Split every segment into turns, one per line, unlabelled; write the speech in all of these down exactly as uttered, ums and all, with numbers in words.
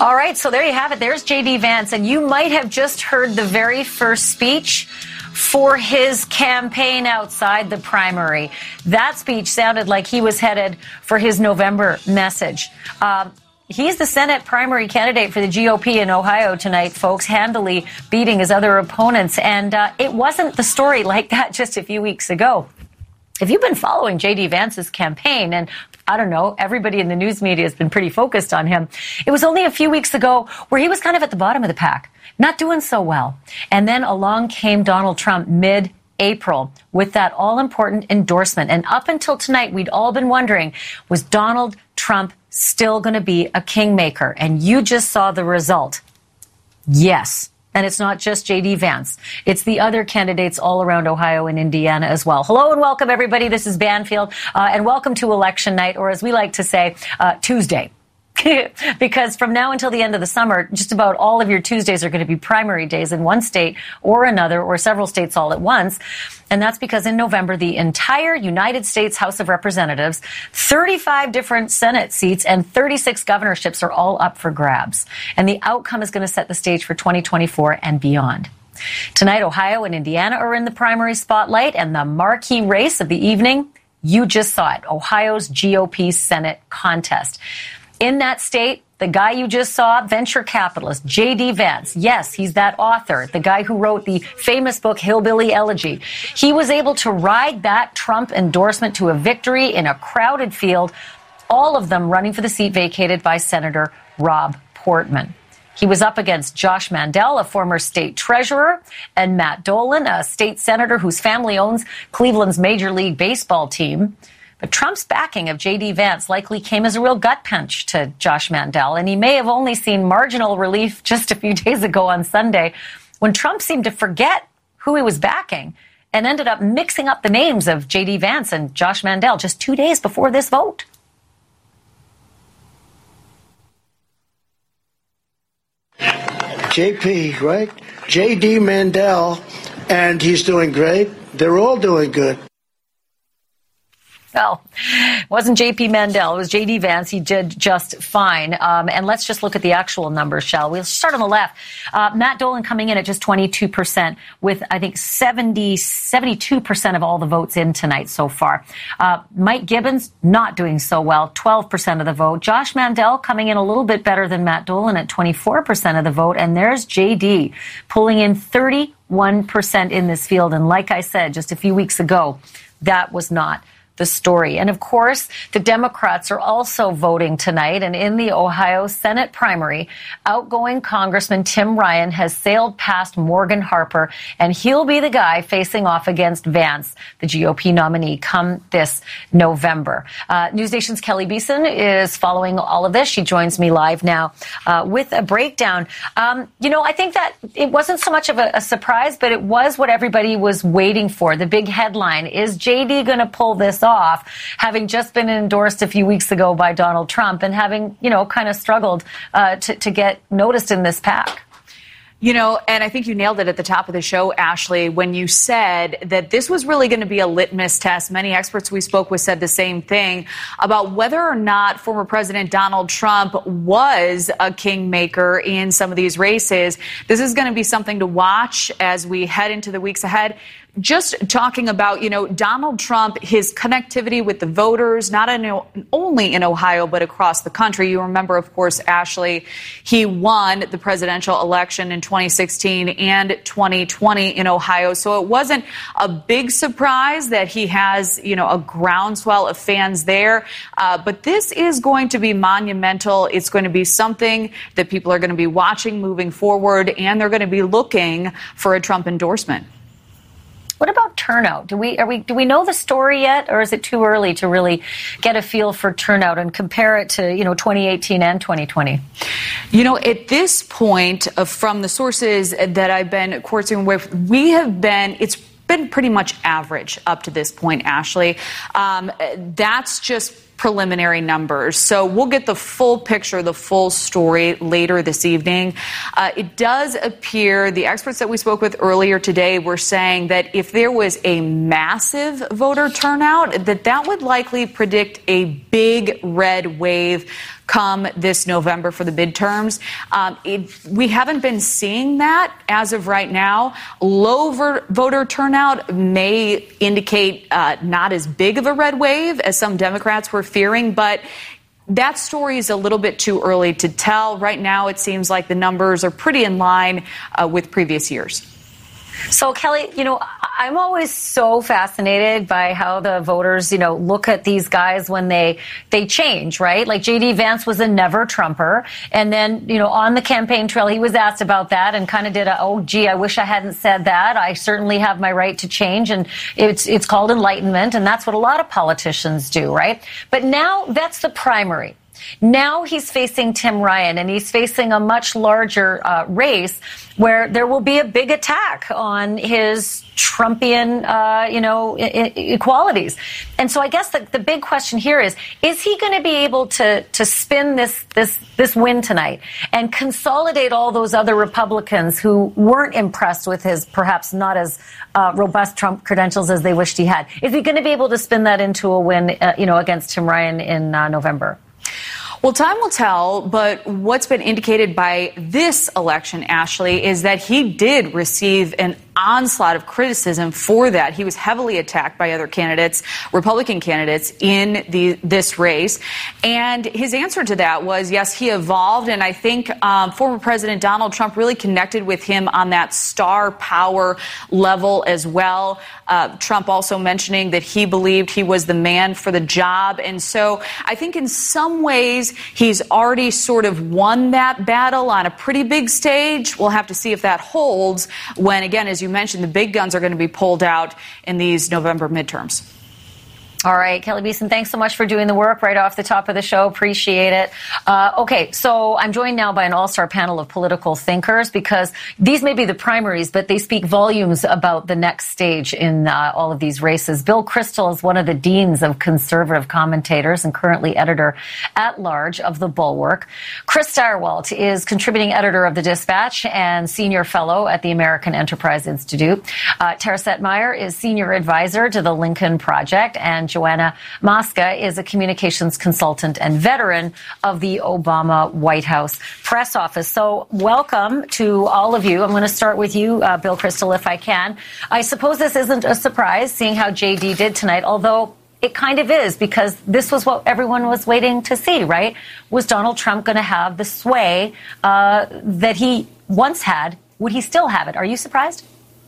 All right, so there you have it. There's J D Vance, and you might have just heard the very first speech for his campaign outside the primary. That speech sounded like he was headed for his November message. Um, He's the Senate primary candidate for the G O P in Ohio tonight, folks, handily beating his other opponents. And uh, it wasn't the story like that just a few weeks ago. If you've been following J D Vance's campaign, and I don't know, everybody in the news media has been pretty focused on him, it was only a few weeks ago where he was kind of at the bottom of the pack, not doing so well. And then along came Donald Trump mid-April with that all-important endorsement. And up until tonight, we'd all been wondering, was Donald Trump still going to be a kingmaker? And you just saw the result. Yes. And it's not just J D Vance. It's the other candidates all around Ohio and Indiana as well. Hello and welcome, everybody. This is Banfield. Uh, and welcome to election night, or as we like to say, uh, Tuesday. Because from now until the end of the summer, just about all of your Tuesdays are going to be primary days in one state or another, or several states all at once. And that's because in November, the entire United States House of Representatives, thirty-five different Senate seats, and thirty-six governorships are all up for grabs. And the outcome is going to set the stage for twenty twenty-four and beyond. Tonight, Ohio and Indiana are in the primary spotlight, and the marquee race of the evening, you just saw it, Ohio's G O P Senate contest. In that state, the guy you just saw, venture capitalist J D Vance. Yes, he's that author, the guy who wrote the famous book Hillbilly Elegy. He was able to ride that Trump endorsement to a victory in a crowded field, all of them running for the seat vacated by Senator Rob Portman. He was up against Josh Mandel, a former state treasurer, and Matt Dolan, a state senator whose family owns Cleveland's Major League Baseball team. But Trump's backing of J D Vance likely came as a real gut punch to Josh Mandel, and he may have only seen marginal relief just a few days ago on Sunday when Trump seemed to forget who he was backing and ended up mixing up the names of J D Vance and Josh Mandel just two days before this vote.
J P, right? J D Mandel, and he's doing great. They're all doing good.
Well, it wasn't J P Mandel. It was J D Vance. He did just fine. Um, and let's just look at the actual numbers, shall we? Let's start on the left. Uh, Matt Dolan coming in at just twenty-two percent with, I think, seventy, seventy-two percent of all the votes in tonight so far. Uh, Mike Gibbons not doing so well, twelve percent of the vote. Josh Mandel coming in a little bit better than Matt Dolan at twenty-four percent of the vote. And there's J D pulling in thirty-one percent in this field. And like I said just a few weeks ago, that was not the story. And of course, the Democrats are also voting tonight. And in the Ohio Senate primary, outgoing Congressman Tim Ryan has sailed past Morgan Harper, and he'll be the guy facing off against Vance, the G O P nominee, come this November. Uh, NewsNation's Kelly Beeson is following all of this. She joins me live now uh, with a breakdown. Um, you know, I think that it wasn't so much of a, a surprise, but it was what everybody was waiting for. The big headline, is J D going to pull this off, having just been endorsed a few weeks ago by Donald Trump and having, you know, kind of struggled uh, to, to get noticed in this pack?
You know, and I think you nailed it at the top of the show, Ashley, when you said that this was really going to be a litmus test. Many experts we spoke with said the same thing about whether or not former President Donald Trump was a kingmaker in some of these races. This is going to be something to watch as we head into the weeks ahead. Just talking about, you know, Donald Trump, his connectivity with the voters, not in, only in Ohio, but across the country. You remember, of course, Ashley, he won the presidential election in twenty sixteen and twenty twenty in Ohio. So it wasn't a big surprise that he has, you know, a groundswell of fans there. Uh, but this is going to be monumental. It's going to be something that people are going to be watching moving forward, and they're going to be looking for a Trump endorsement.
What about turnout? Do we are we do we know the story yet, or is it too early to really get a feel for turnout and compare it to, you know, twenty eighteen and twenty twenty?
You know, at this point, uh, from the sources that I've been courting with, we have been it's been pretty much average up to this point, Ashley. Um, that's just preliminary numbers. So we'll get the full picture, the full story later this evening. Uh, it does appear the experts that we spoke with earlier today were saying that if there was a massive voter turnout, that that would likely predict a big red wave come this November for the midterms. Um, it, we haven't been seeing that as of right now. Low ver- voter turnout may indicate uh, not as big of a red wave as some Democrats were fearing, but that story is a little bit too early to tell. Right now, it seems like the numbers are pretty in line uh, with previous years.
So, Kelly, you know, I'm always so fascinated by how the voters, you know, look at these guys when they they change, right? Like J D. Vance was a never Trumper. And then, you know, on the campaign trail, he was asked about that and kind of did a, oh, gee, I wish I hadn't said that. I certainly have my right to change. And it's it's called enlightenment. And that's what a lot of politicians do, right? But now that's the primary. Now he's facing Tim Ryan, and he's facing a much larger uh, race where there will be a big attack on his Trumpian, uh, you know, I- equalities. And so I guess the, the big question here is, is he going to be able to to spin this this this win tonight and consolidate all those other Republicans who weren't impressed with his perhaps not as uh, robust Trump credentials as they wished he had? Is he going to be able to spin that into a win, uh, you know, against Tim Ryan in uh, November?
Well, time will tell, but what's been indicated by this election, Ashley, is that he did receive an onslaught of criticism for that. He was heavily attacked by other candidates, Republican candidates, in the, this race. And his answer to that was, yes, he evolved. And I think um, former President Donald Trump really connected with him on that star power level as well. Uh, Trump also mentioning that he believed he was the man for the job. And so I think in some ways he's already sort of won that battle on a pretty big stage. We'll have to see if that holds when, again, as you mentioned, the big guns are going to be pulled out in these November midterms.
All right, Kelly Beeson, thanks so much for doing the work right off the top of the show. Appreciate it. Uh, okay, so I'm joined now by an all-star panel of political thinkers because these may be the primaries, but they speak volumes about the next stage in uh, all of these races. Bill Kristol is one of the deans of conservative commentators and currently editor-at-large of The Bulwark. Chris Stirewalt is contributing editor of The Dispatch and senior fellow at the American Enterprise Institute. Uh, Tara Setmeyer is senior advisor to the Lincoln Project, and Joanna Mosca is a communications consultant and veteran of the Obama White House press office. So welcome to all of you. I'm going to start with you, uh, Bill Kristol, if I can. I suppose this isn't a surprise, seeing how J D did tonight, although it kind of is, because this was what everyone was waiting to see, right? Was Donald Trump going to have the sway uh, that he once had? Would he still have it? Are you surprised?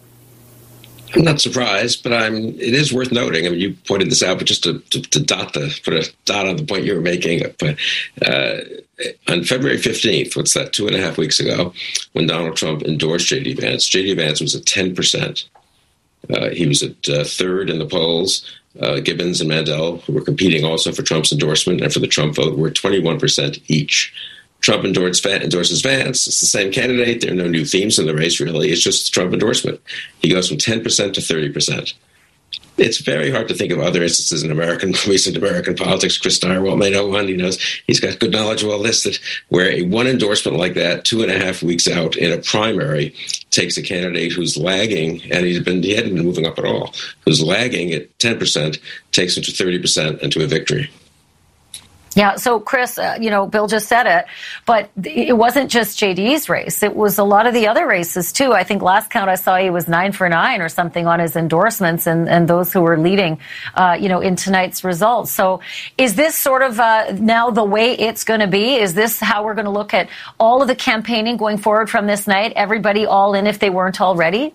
I'm not surprised, but I'm. It is worth noting. I mean, you pointed this out, but just to, to, to dot the put a dot on the point you were making. But uh, on February fifteenth, what's that? Two and a half weeks ago, when Donald Trump endorsed J D. Vance, J D. Vance was at ten percent. Uh, he was at uh, third in the polls. Uh, Gibbons and Mandel, who were competing also for Trump's endorsement and for the Trump vote, were twenty-one percent each. Trump endorsed, endorses Vance. It's the same candidate. There are no new themes in the race, really. It's just Trump endorsement. He goes from ten percent to thirty percent. It's very hard to think of other instances in American, recent American politics. Chris Stirewalt may know one. He knows he's got good knowledge of all this, that where a one endorsement like that, two and a half weeks out in a primary, takes a candidate who's lagging, and he's been he hadn't been moving up at all, who's lagging at ten percent, takes him to thirty percent and to a victory.
Yeah. So, Chris, uh, you know, Bill just said it, but it wasn't just J D's race. It was a lot of the other races, too. I think last count I saw he was nine for nine or something on his endorsements and, and those who were leading, uh, you know, in tonight's results. So is this sort of uh, now the way it's going to be? Is this how we're going to look at all of the campaigning going forward from this night? Everybody all in if they weren't already?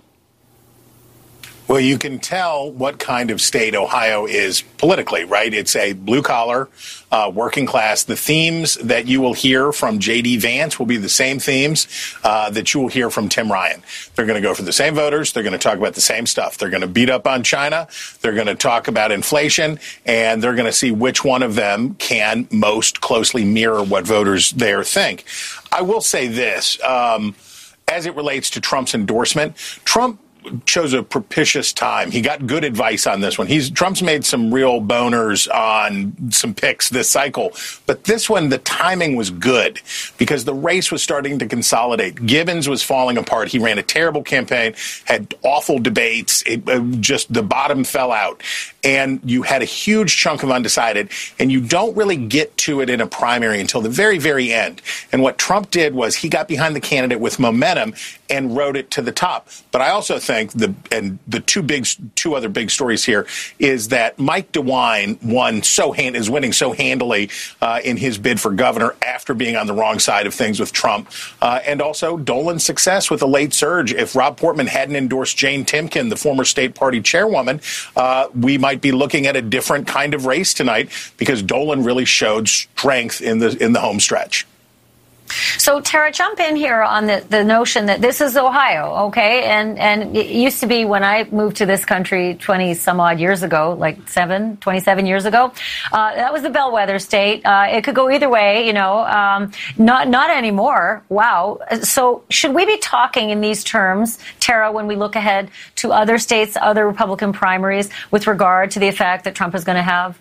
Well, you can tell what kind of state Ohio is politically, right? It's a blue-collar, uh, working class. The themes that you will hear from J D. Vance will be the same themes uh, that you will hear from Tim Ryan. They're going to go for the same voters. They're going to talk about the same stuff. They're going to beat up on China. They're going to talk about inflation, and they're going to see which one of them can most closely mirror what voters there think. I will say this, um, as it relates to Trump's endorsement, Trump chose a propitious time. He got good advice on this one. He's Trump's made some real boners on some picks this cycle, but this one, the timing was good because the race was starting to consolidate. Gibbons was falling apart. He ran a terrible campaign, had awful debates. It, uh, just the bottom fell out, and you had a huge chunk of undecided, and you don't really get to it in a primary until the very, very end. And what Trump did was he got behind the candidate with momentum and rode it to the top. But I also think the and the two big two other big stories here is that Mike DeWine won so hand is winning so handily uh, in his bid for governor after being on the wrong side of things with Trump, uh, and also Dolan's success with a late surge. If Rob Portman hadn't endorsed Jane Timken, the former state party chairwoman, uh, we might be looking at a different kind of race tonight because Dolan really showed strength in the in the home stretch.
So, Tara, jump in here on the, the notion that this is Ohio, okay? And and it used to be when I moved to this country twenty some odd years ago, like seven, twenty-seven years ago, uh, that was the bellwether state. Uh, it could go either way, you know, um, not not anymore. Wow. So should we be talking in these terms, Tara, when we look ahead to other states, other Republican primaries with regard to the effect that Trump is going to have?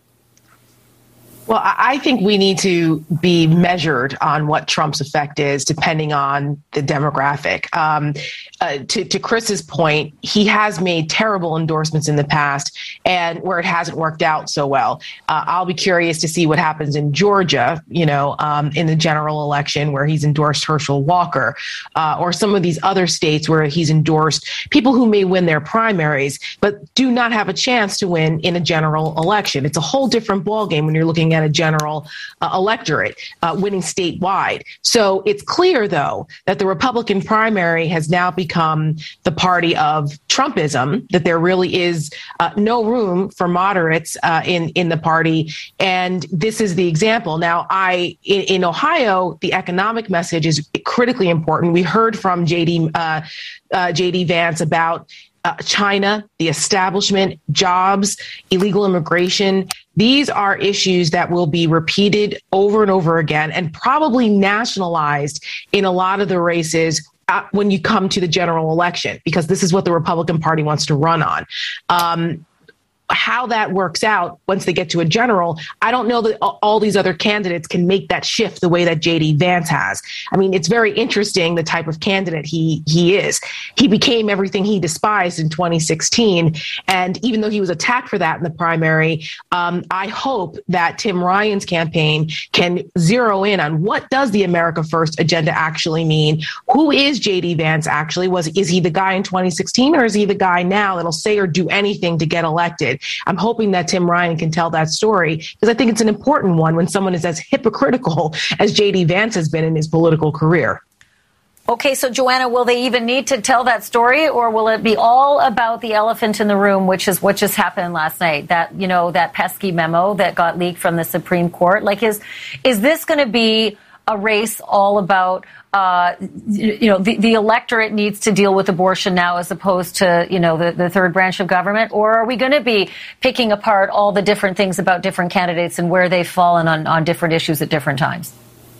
Well, I think we need to be measured on what Trump's effect is, depending on the demographic. Um, uh, to, to Chris's point, he has made terrible endorsements in the past, and where it hasn't worked out so well. Uh, I'll be curious to see what happens in Georgia, you know, um, in the general election where he's endorsed Herschel Walker, uh, or some of these other states where he's endorsed people who may win their primaries, but do not have a chance to win in a general election. It's a whole different ballgame when you're looking at a general uh, electorate uh, winning statewide. So it's clear, though, that the Republican primary has now become the party of Trumpism, that there really is uh, no room for moderates uh, in, in the party. And this is the example. Now, I in, in Ohio, the economic message is critically important. We heard from J D uh, uh, J D Vance about Uh, China, the establishment, jobs, illegal immigration. These are issues that will be repeated over and over again and probably nationalized in a lot of the races uh, when you come to the general election, because this is what the Republican Party wants to run on. Um, how that works out once they get to a general, I don't know that all these other candidates can make that shift the way that J D Vance has. I mean, it's very interesting the type of candidate he he is. He became everything he despised in twenty sixteen. And even though he was attacked for that in the primary, um, I hope that Tim Ryan's campaign can zero in on what does the America First agenda actually mean? Who is J D Vance actually? Was Is he the guy in twenty sixteen, or is he the guy now that'll say or do anything to get elected? I'm hoping that Tim Ryan can tell that story, because I think it's an important one when someone is as hypocritical as J D Vance has been in his political career.
Okay, so Joanna, will they even need to tell that story, or will it be all about the elephant in the room, which is what just happened last night? That, you know, that pesky memo that got leaked from the Supreme Court. Like, is is this going to be a race all about, uh, you know, the, the electorate needs to deal with abortion now as opposed to, you know, the, the third branch of government? Or are we going to be picking apart all the different things about different candidates and where they've fallen on, on different issues at different times?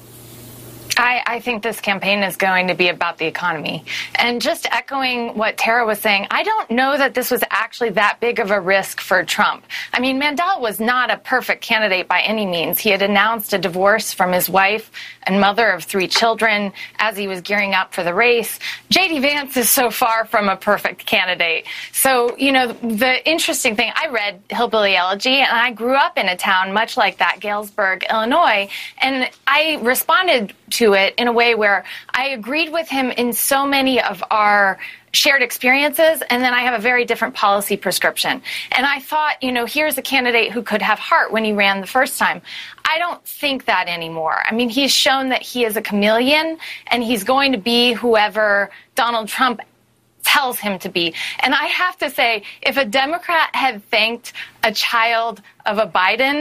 I, I think this campaign is going to be about the economy. And just echoing what Tara was saying, I don't know that this was actually that big of a risk for Trump. I mean, Mandel was not a perfect candidate by any means. He had announced a divorce from his wife and mother of three children as he was gearing up for the race. J D Vance is so far from a perfect candidate. So, you know, the interesting thing, I read Hillbilly Elegy, and I grew up in a town much like that, Galesburg, Illinois, and I responded to it in a way where I agreed with him in so many of our shared experiences, and then I have a very different policy prescription. And I thought, you know, here's a candidate who could have heart when he ran the first time. I don't think that anymore. I mean, he's shown that he is a chameleon, and he's going to be whoever Donald Trump tells him to be. And I have to say, if a Democrat had thanked a child of a Biden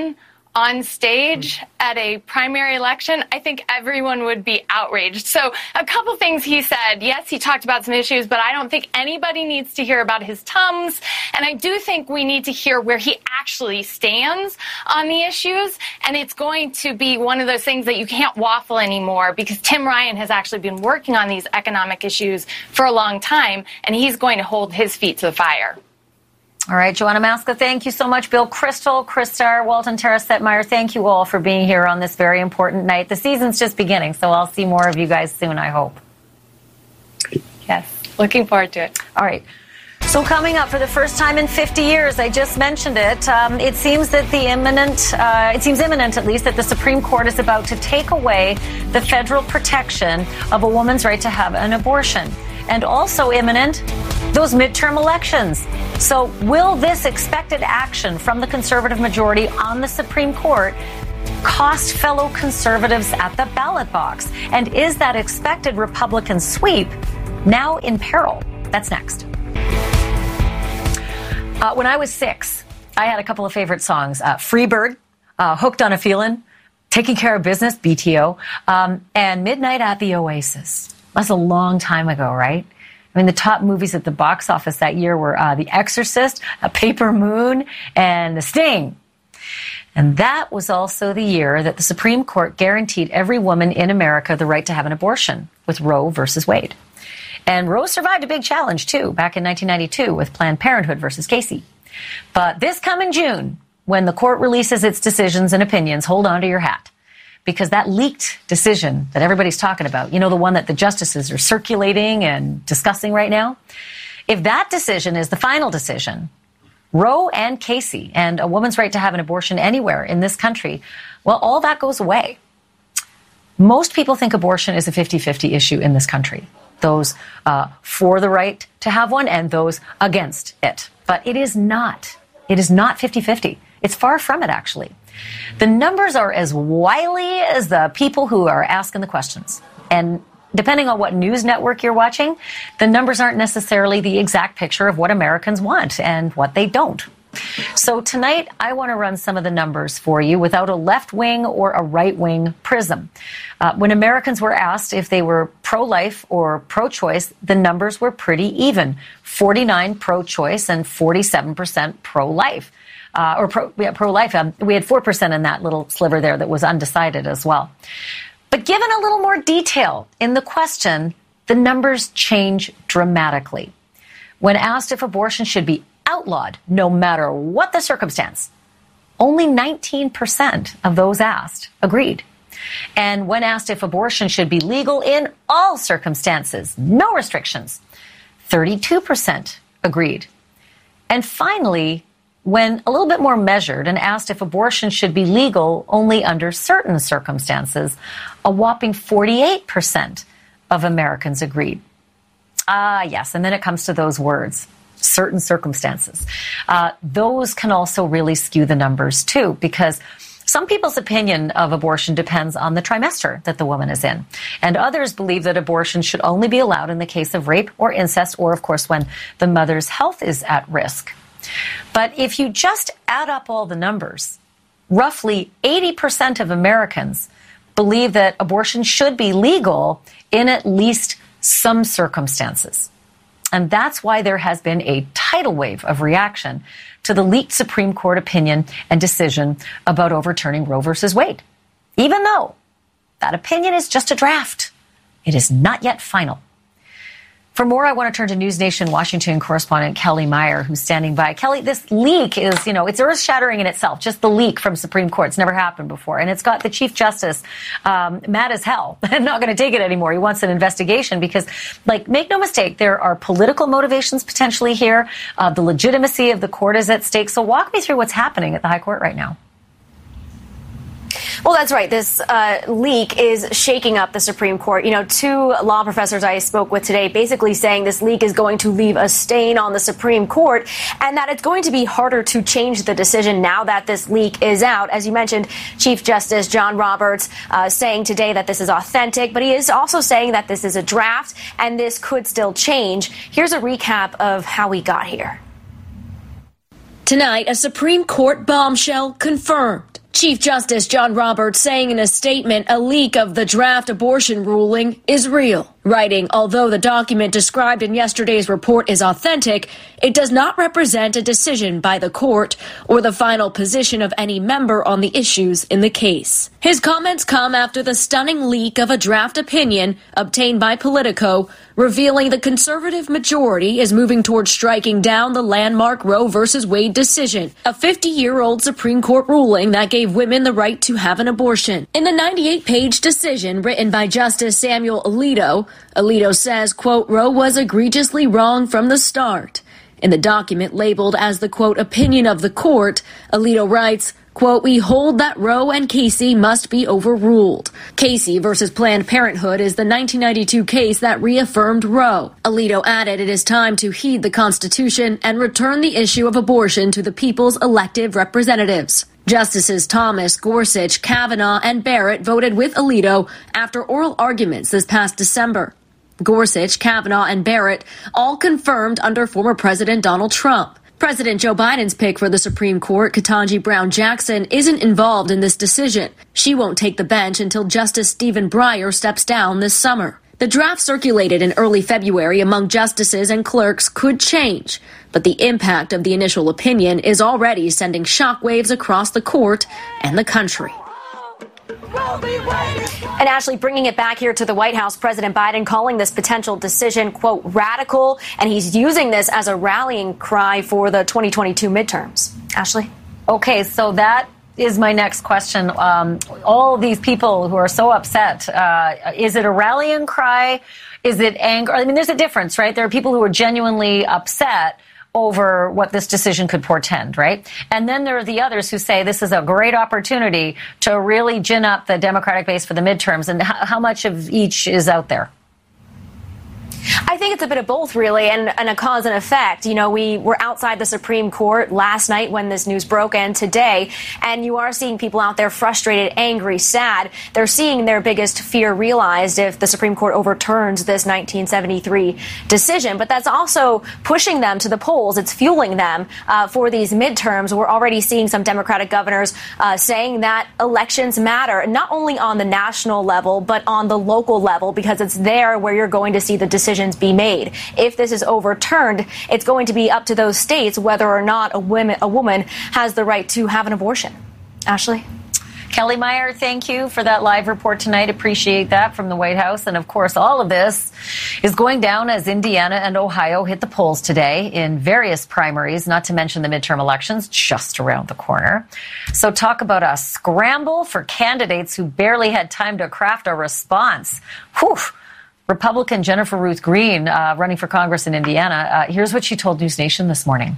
on stage at a primary election, I think everyone would be outraged. So a couple things he said. Yes, he talked about some issues, but I don't think anybody needs to hear about his Tums. And I do think we need to hear where he actually stands on the issues. And it's going to be one of those things that you can't waffle anymore, because Tim Ryan has actually been working on these economic issues for a long time, and he's going to hold his feet to the fire.
All right, Joanna Maska, thank you so much. Bill Kristol, Chris Starr, Walton Tara Setmeyer, thank you all for being here on this very important night. The season's just beginning, so I'll see more of you guys soon, I hope.
Yes, looking forward to it.
All right. So coming up for the first time in fifty years, I just mentioned it, um, it seems that the imminent, uh, it seems imminent at least, that the Supreme Court is about to take away the federal protection of a woman's right to have an abortion. And also imminent, those midterm elections. So will this expected action from the conservative majority on the Supreme Court cost fellow conservatives at the ballot box? And is that expected Republican sweep now in peril? That's next. Uh, when I was six, I had a couple of favorite songs. Uh, Freebird, uh, Hooked on a Feelin', Taking Care of Business, B T O, um, and Midnight at the Oasis. That's a long time ago, right? I mean, the top movies at the box office that year were uh, The Exorcist, A Paper Moon, and The Sting. And that was also the year that the Supreme Court guaranteed every woman in America the right to have an abortion with Roe versus Wade. And Roe survived a big challenge, too, back in nineteen ninety-two with Planned Parenthood versus Casey. But this coming June, when the court releases its decisions and opinions, hold on to your hat. Because that leaked decision that everybody's talking about, you know, the one that the justices are circulating and discussing right now, if that decision is the final decision, Roe and Casey and a woman's right to have an abortion anywhere in this country, well, all that goes away. Most people think abortion is a fifty-fifty issue in this country. Those uh, for the right to have one and those against it. But it is not. It is not fifty-fifty. It's far from it, actually. The numbers are as wily as the people who are asking the questions. And depending on what news network you're watching, the numbers aren't necessarily the exact picture of what Americans want and what they don't. So tonight, I want to run some of the numbers for you without a left-wing or a right-wing prism. Uh, when Americans were asked if they were pro-life or pro-choice, the numbers were pretty even. forty-nine pro-choice and forty-seven percent pro-life. Uh, or pro, yeah, pro-life. Um, we had four percent in that little sliver there that was undecided as well. But given a little more detail in the question, the numbers change dramatically. When asked if abortion should be outlawed, no matter what the circumstance, only nineteen percent of those asked agreed. And when asked if abortion should be legal in all circumstances, no restrictions, thirty-two percent agreed. And finally, when a little bit more measured and asked if abortion should be legal only under certain circumstances, a whopping forty-eight percent of Americans agreed. Ah, yes, and then it comes to those words, certain circumstances. Uh, those can also really skew the numbers, too, because some people's opinion of abortion depends on the trimester that the woman is in. And others believe that abortion should only be allowed in the case of rape or incest or, of course, when the mother's health is at risk. But if you just add up all the numbers, roughly eighty percent of Americans believe that abortion should be legal in at least some circumstances. And that's why there has been a tidal wave of reaction to the leaked Supreme Court opinion and decision about overturning Roe versus Wade. Even though that opinion is just a draft, it is not yet final. For more, I want to turn to News Nation Washington correspondent Kelly Meyer, who's standing by. Kelly, this leak is, you know, it's earth-shattering in itself. Just the leak from Supreme Court. It's never happened before. And it's got the Chief Justice um, mad as hell and not going to take it anymore. He wants an investigation because, like, make no mistake, there are political motivations potentially here. Uh, the legitimacy of the court is at stake. So walk me through what's happening at the High Court right now.
Well, that's right. This uh, leak is shaking up the Supreme Court. You know, two law professors I spoke with today basically saying this leak is going to leave a stain on the Supreme Court and that it's going to be harder to change the decision now that this leak is out. As you mentioned, Chief Justice John Roberts uh, saying today that this is authentic, but he is also saying that this is a draft and this could still change. Here's a recap of how we got here.
Tonight, a Supreme Court bombshell confirmed. Chief Justice John Roberts saying in a statement a leak of the draft abortion ruling is real, writing, although the document described in yesterday's report is authentic, it does not represent a decision by the court or the final position of any member on the issues in the case. His comments come after the stunning leak of a draft opinion obtained by Politico revealing the conservative majority is moving towards striking down the landmark Roe versus Wade decision, a fifty-year-old Supreme Court ruling that gave women the right to have an abortion. In the ninety-eight page decision written by Justice Samuel Alito, Alito says, quote, Roe was egregiously wrong from the start. In the document labeled as the, quote, opinion of the court, Alito writes, quote, we hold that Roe and Casey must be overruled. Casey versus Planned Parenthood is the nineteen ninety-two case that reaffirmed Roe. Alito added it is time to heed the Constitution and return the issue of abortion to the people's elected representatives. Justices Thomas, Gorsuch, Kavanaugh, and Barrett voted with Alito after oral arguments this past December. Gorsuch, Kavanaugh, and Barrett all confirmed under former President Donald Trump. President Joe Biden's pick for the Supreme Court, Ketanji Brown Jackson, isn't involved in this decision. She won't take the bench until Justice Stephen Breyer steps down this summer. The draft circulated in early February among justices and clerks could change, but the impact of the initial opinion is already sending shockwaves across the court and the country.
And Ashley, bringing it back here to the White House, President Biden calling this potential decision, quote, radical, and he's using this as a rallying cry for the twenty twenty-two midterms. Ashley?
Okay, so that is my next question. Um, all of these people who are so upset, uh, is it a rallying cry? Is it anger? I mean, there's a difference, right? There are people who are genuinely upset over what this decision could portend, right? And then there are the others who say this is a great opportunity to really gin up the Democratic base for the midterms. And how, how much of each is out there?
I think it's a bit of both, really, and, and a cause and effect. You know, we were outside the Supreme Court last night when this news broke, and today, and you are seeing people out there frustrated, angry, sad. They're seeing their biggest fear realized if the Supreme Court overturns this nineteen seventy-three decision. But that's also pushing them to the polls. It's fueling them uh, for these midterms. We're already seeing some Democratic governors uh, saying that elections matter, not only on the national level, but on the local level, because it's there where you're going to see the decision be made. If this is overturned, it's going to be up to those states whether or not a woman, a woman has the right to have an abortion. Ashley?
Kelly Meyer, thank you for that live report tonight. Appreciate that from the White House. And of course, all of this is going down as Indiana and Ohio hit the polls today in various primaries, not to mention the midterm elections just around the corner. So talk about a scramble for candidates who barely had time to craft a response. Whew. Republican Jennifer Ruth Green, uh, running for Congress in Indiana. Uh, here's what she told News Nation this morning.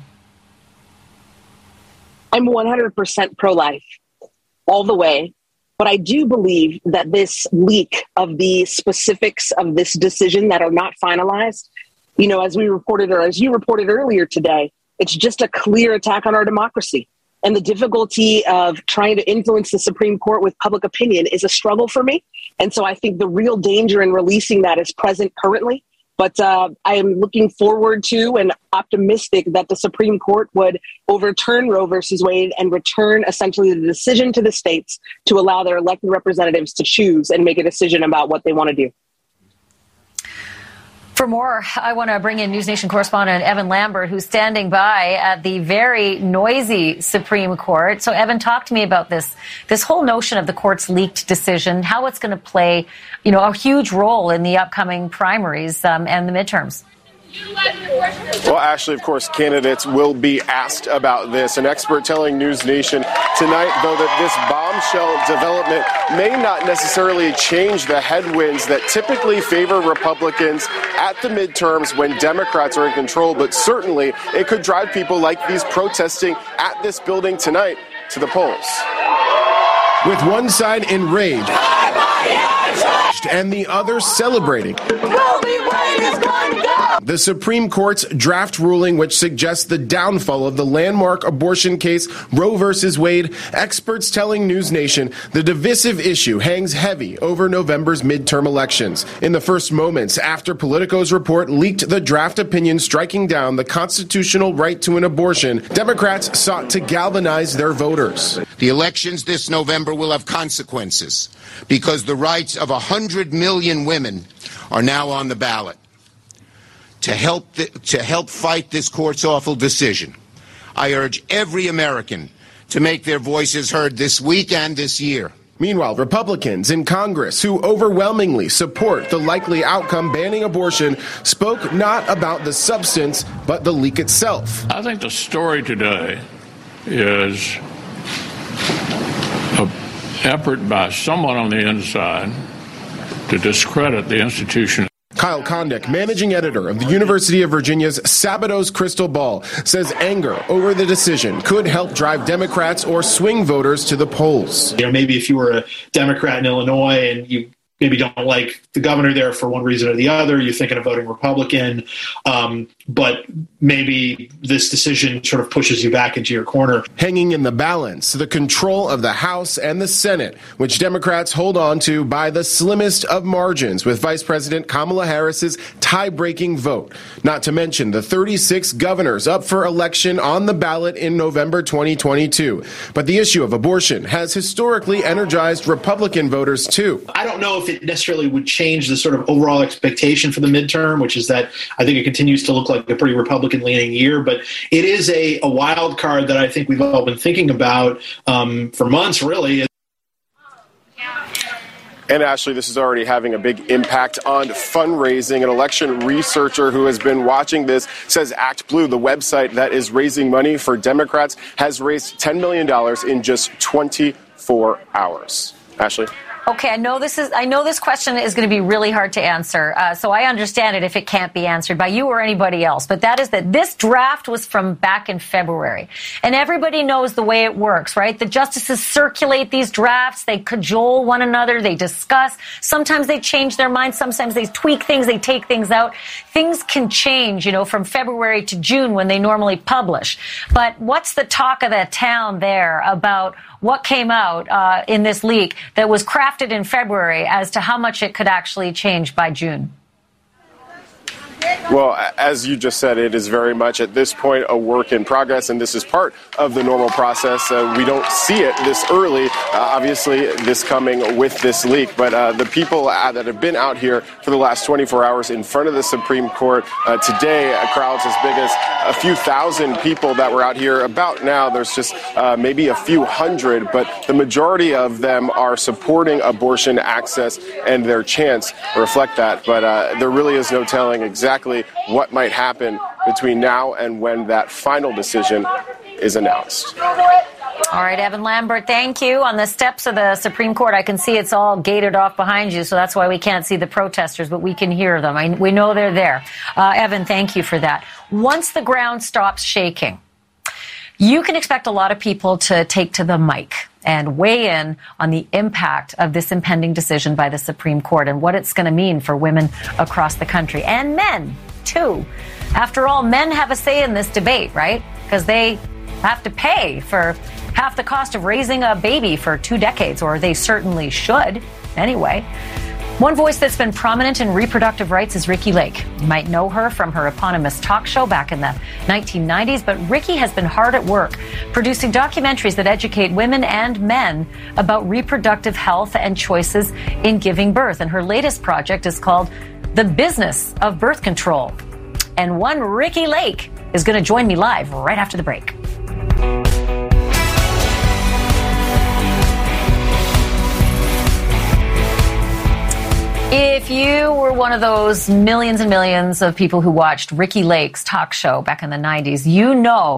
I'm one hundred percent pro-life all the way, but I do believe that this leak of the specifics of this decision that are not finalized, you know, as we reported or as you reported earlier today, it's just a clear attack on our democracy. And the difficulty of trying to influence the Supreme Court with public opinion is a struggle for me. And so I think the real danger in releasing that is present currently. But uh, I am looking forward to and optimistic that the Supreme Court would overturn Roe versus Wade and return essentially the decision to the states to allow their elected representatives to choose and make a decision about what they want to do.
For more, I want to bring in News Nation correspondent Evan Lambert, who's standing by at the very noisy Supreme Court. So, Evan, talk to me about this this whole notion of the court's leaked decision, how it's going to play, you know, a huge role in the upcoming primaries um, and the midterms.
Well, Ashley, of course, candidates will be asked about this. An expert telling News Nation tonight, though, that this bombshell development may not necessarily change the headwinds that typically favor Republicans at the midterms when Democrats are in control, but certainly it could drive people like these protesting at this building tonight to the polls.
With one side enraged and the other celebrating. The Supreme Court's draft ruling, which suggests the downfall of the landmark abortion case Roe versus Wade, experts telling News Nation the divisive issue hangs heavy over November's midterm elections. In the first moments after Politico's report leaked the draft opinion striking down the constitutional right to an abortion, Democrats sought to galvanize their voters.
The elections this November will have consequences because the rights of one hundred million women are now on the ballot. To help, the, to help fight this court's awful decision, I urge every American to make their voices heard this week and this year.
Meanwhile, Republicans in Congress who overwhelmingly support the likely outcome banning abortion spoke not about the substance, but the leak itself.
I think the story today is an effort by someone on the inside to discredit the institution.
Kyle Kondik, managing editor of the University of Virginia's Sabatos Crystal Ball, says anger over the decision could help drive Democrats or swing voters to the polls.
You know, maybe if you were a Democrat in Illinois and you maybe don't like the governor there for one reason or the other, you're thinking of voting Republican, um, but maybe this decision sort of pushes you back into your corner.
Hanging in the balance, the control of the House and the Senate, which Democrats hold on to by the slimmest of margins with Vice President Kamala Harris's tie-breaking vote. Not to mention the thirty-six governors up for election on the ballot in November twenty twenty-two. But the issue of abortion has historically energized Republican voters too.
I don't know if it necessarily would change the sort of overall expectation for the midterm, which is that I think it continues to look like a pretty Republican-leaning year, but it is a, a wild card that I think we've all been thinking about um, for months, really.
And Ashley, this is already having a big impact on fundraising. An election researcher who has been watching this says Act Blue, the website that is raising money for Democrats, has raised ten million dollars in just twenty-four hours. Ashley?
Okay, I know this is. I know this question is going to be really hard to answer, uh, so I understand it if it can't be answered by you or anybody else. But that is that this draft was from back in February, and everybody knows the way it works, right? The justices circulate these drafts, they cajole one another, they discuss. Sometimes they change their minds, sometimes they tweak things, they take things out. Things can change, you know, from February to June when they normally publish. But what's the talk of the town there about what came out uh, in this leak that was crafted in February as to how much it could actually change by June?
Well, as you just said, it is very much at this point a work in progress, and this is part of the normal process. Uh, we don't see it this early, uh, obviously, this coming with this leak. But uh, the people uh, that have been out here for the last twenty-four hours in front of the Supreme Court uh, today, uh, crowds as big as a few thousand people that were out here. About now, there's just uh, maybe a few hundred, but the majority of them are supporting abortion access, and their chants reflect that. But uh, there really is no telling exactly what might happen between now and when that final decision is announced.
All right, Evan Lambert, thank you. On the steps of the Supreme Court, I can see it's all gated off behind you, so that's why we can't see the protesters, but we can hear them. I, we know they're there. Uh, Evan, thank you for that. Once the ground stops shaking, you can expect a lot of people to take to the mic and weigh in on the impact of this impending decision by the Supreme Court and what it's going to mean for women across the country and men, too. After all, men have a say in this debate, right? Because they have to pay for half the cost of raising a baby for two decades, or they certainly should anyway. One voice that's been prominent in reproductive rights is Ricki Lake. You might know her from her eponymous talk show back in the nineteen nineties, but Ricki has been hard at work producing documentaries that educate women and men about reproductive health and choices in giving birth. And her latest project is called The Business of Birth Control. And one Ricki Lake is going to join me live right after the break. If you were one of those millions and millions of people who watched Ricki Lake's talk show back in the nineties, you know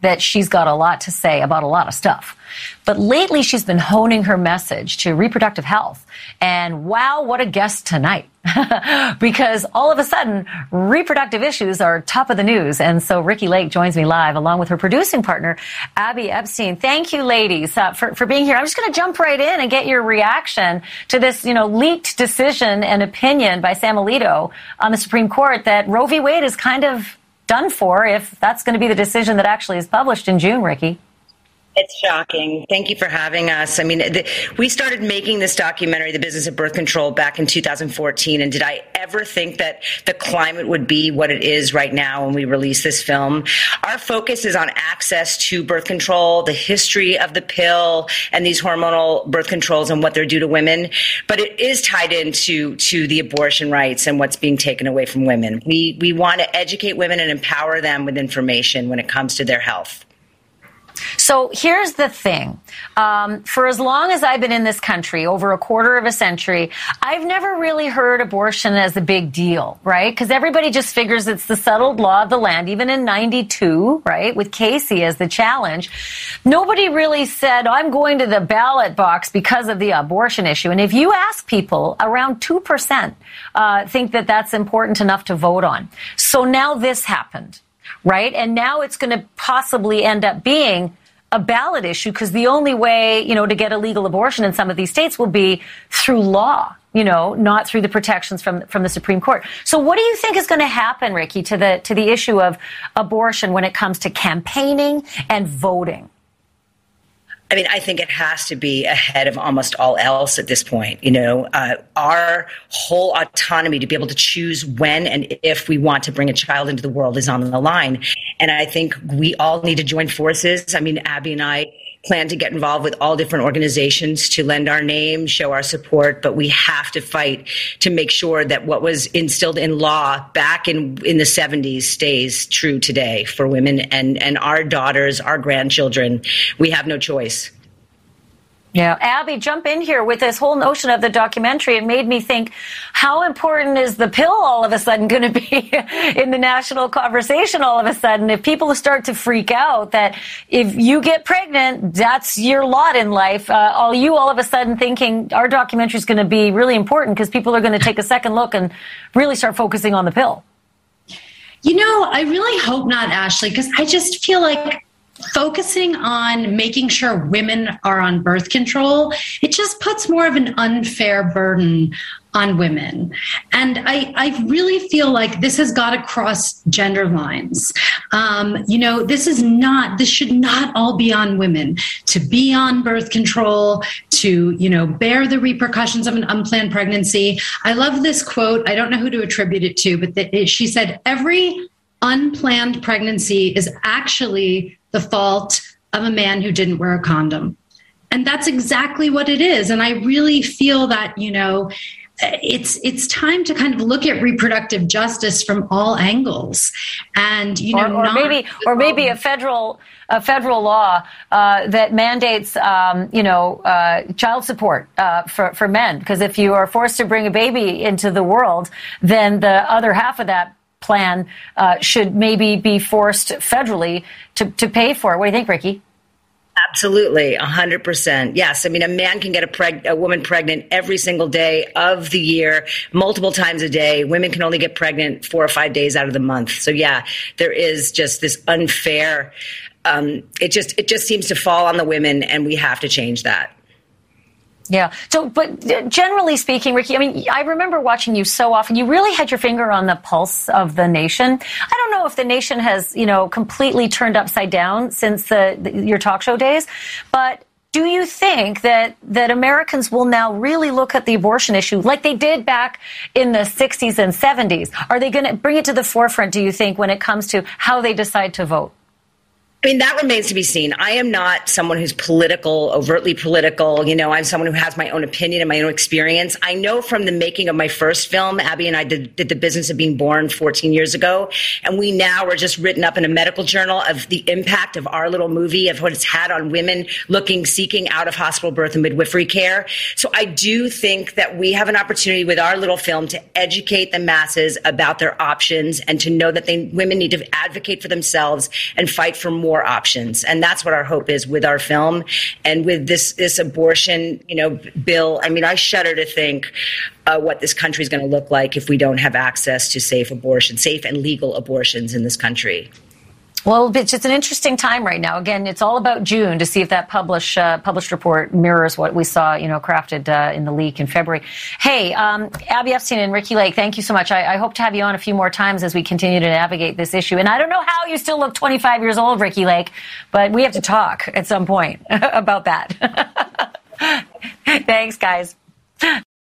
that she's got a lot to say about a lot of stuff. But lately, she's been honing her message to reproductive health. And wow, what a guest tonight. Because all of a sudden, reproductive issues are top of the news. And so Ricki Lake joins me live along with her producing partner, Abby Epstein. Thank you, ladies, uh, for, for being here. I'm just going to jump right in and get your reaction to this, you know, leaked decision and opinion by Sam Alito on the Supreme Court that Roe v. Wade is kind of done for, if that's going to be the decision that actually is published in June, Ricki.
It's shocking. Thank you for having us. I mean, the, we started making this documentary, The Business of Birth Control, back in two thousand fourteen. And did I ever think that the climate would be what it is right now when we release this film? Our focus is on access to birth control, the history of the pill and these hormonal birth controls and what they're due to women. But it is tied into to the abortion rights and what's being taken away from women. We, we want to educate women and empower them with information when it comes to their health.
So here's the thing. Um, for as long as I've been in this country, over a quarter of a century, I've never really heard abortion as a big deal, right? Because everybody just figures it's the settled law of the land, even in ninety-two, right, with Casey as the challenge. Nobody really said, I'm going to the ballot box because of the abortion issue. And if you ask people, around two percent uh, think that that's important enough to vote on. So now this happened. Right. And now it's going to possibly end up being a ballot issue, because the only way, you know, to get a legal abortion in some of these states will be through law, you know, not through the protections from from the Supreme Court. So what do you think is going to happen, Ricki, to the to the issue of abortion when it comes to campaigning and voting?
I mean, I think it has to be ahead of almost all else at this point. You know, uh, our whole autonomy to be able to choose when and if we want to bring a child into the world is on the line. And I think we all need to join forces. I mean, Abby and I plan to get involved with all different organizations to lend our name, show our support, but we have to fight to make sure that what was instilled in law back in, in the seventies stays true today for women and, and our daughters, our grandchildren. We have no choice.
Yeah. Abby, jump in here with this whole notion of the documentary. It made me think, how important is the pill all of a sudden going to be in the national conversation all of a sudden? If people start to freak out that if you get pregnant, that's your lot in life, uh, are you all of a sudden thinking our documentary is going to be really important because people are going to take a second look and really start focusing on the pill?
You know, I really hope not, Ashley, because I just feel like focusing on making sure women are on birth control, it just puts more of an unfair burden on women. And I, I really feel like this has got to cross gender lines. Um, you know, this is not, this should not all be on women to be on birth control, to, you know, bear the repercussions of an unplanned pregnancy. I love this quote. I don't know who to attribute it to, but the, she said, every unplanned pregnancy is actually the fault of a man who didn't wear a condom. And that's exactly what it is. And I really feel that, you know, it's it's time to kind of look at reproductive justice from all angles, and you know,
or, or maybe or maybe a federal a federal law uh, that mandates um, you know uh, child support uh, for for men, because if you are forced to bring a baby into the world, then the other half of that plan uh, should maybe be forced federally to to pay for it. What do you think, Ricki?
Absolutely, one hundred percent. Yes. I mean, a man can get a, preg- a woman pregnant every single day of the year, multiple times a day. Women can only get pregnant four or five days out of the month. So, yeah, there is just this unfair, um, it just it just seems to fall on the women, and we have to change that.
Yeah. So, but generally speaking, Ricki, I mean, I remember watching you so often. You really had your finger on the pulse of the nation. I don't know if the nation has, you know, completely turned upside down since the, the your talk show days, but do you think that, that Americans will now really look at the abortion issue like they did back in the sixties and seventies? Are they going to bring it to the forefront, do you think, when it comes to how they decide to vote?
I mean, that remains to be seen. I am not someone who's political, overtly political. You know, I'm someone who has my own opinion and my own experience. I know from the making of my first film, Abby and I did, did The Business of Being Born fourteen years ago. And we now are just written up in a medical journal of the impact of our little movie, of what it's had on women looking, seeking out of hospital birth and midwifery care. So I do think that we have an opportunity with our little film to educate the masses about their options and to know that they, women need to advocate for themselves and fight for more more options. And that's what our hope is with our film and with this, this abortion, you know, bill. I mean, I shudder to think uh, what this country is going to look like if we don't have access to safe abortion, safe and legal abortions in this country.
Well, it's just an interesting time right now. Again, it's all about June to see if that publish, uh, published report mirrors what we saw, you know, crafted uh, in the leak in February. Hey, um, Abby Epstein and Ricki Lake, thank you so much. I, I hope to have you on a few more times as we continue to navigate this issue. And I don't know how you still look twenty-five years old, Ricki Lake, but we have to talk at some point about that. Thanks, guys.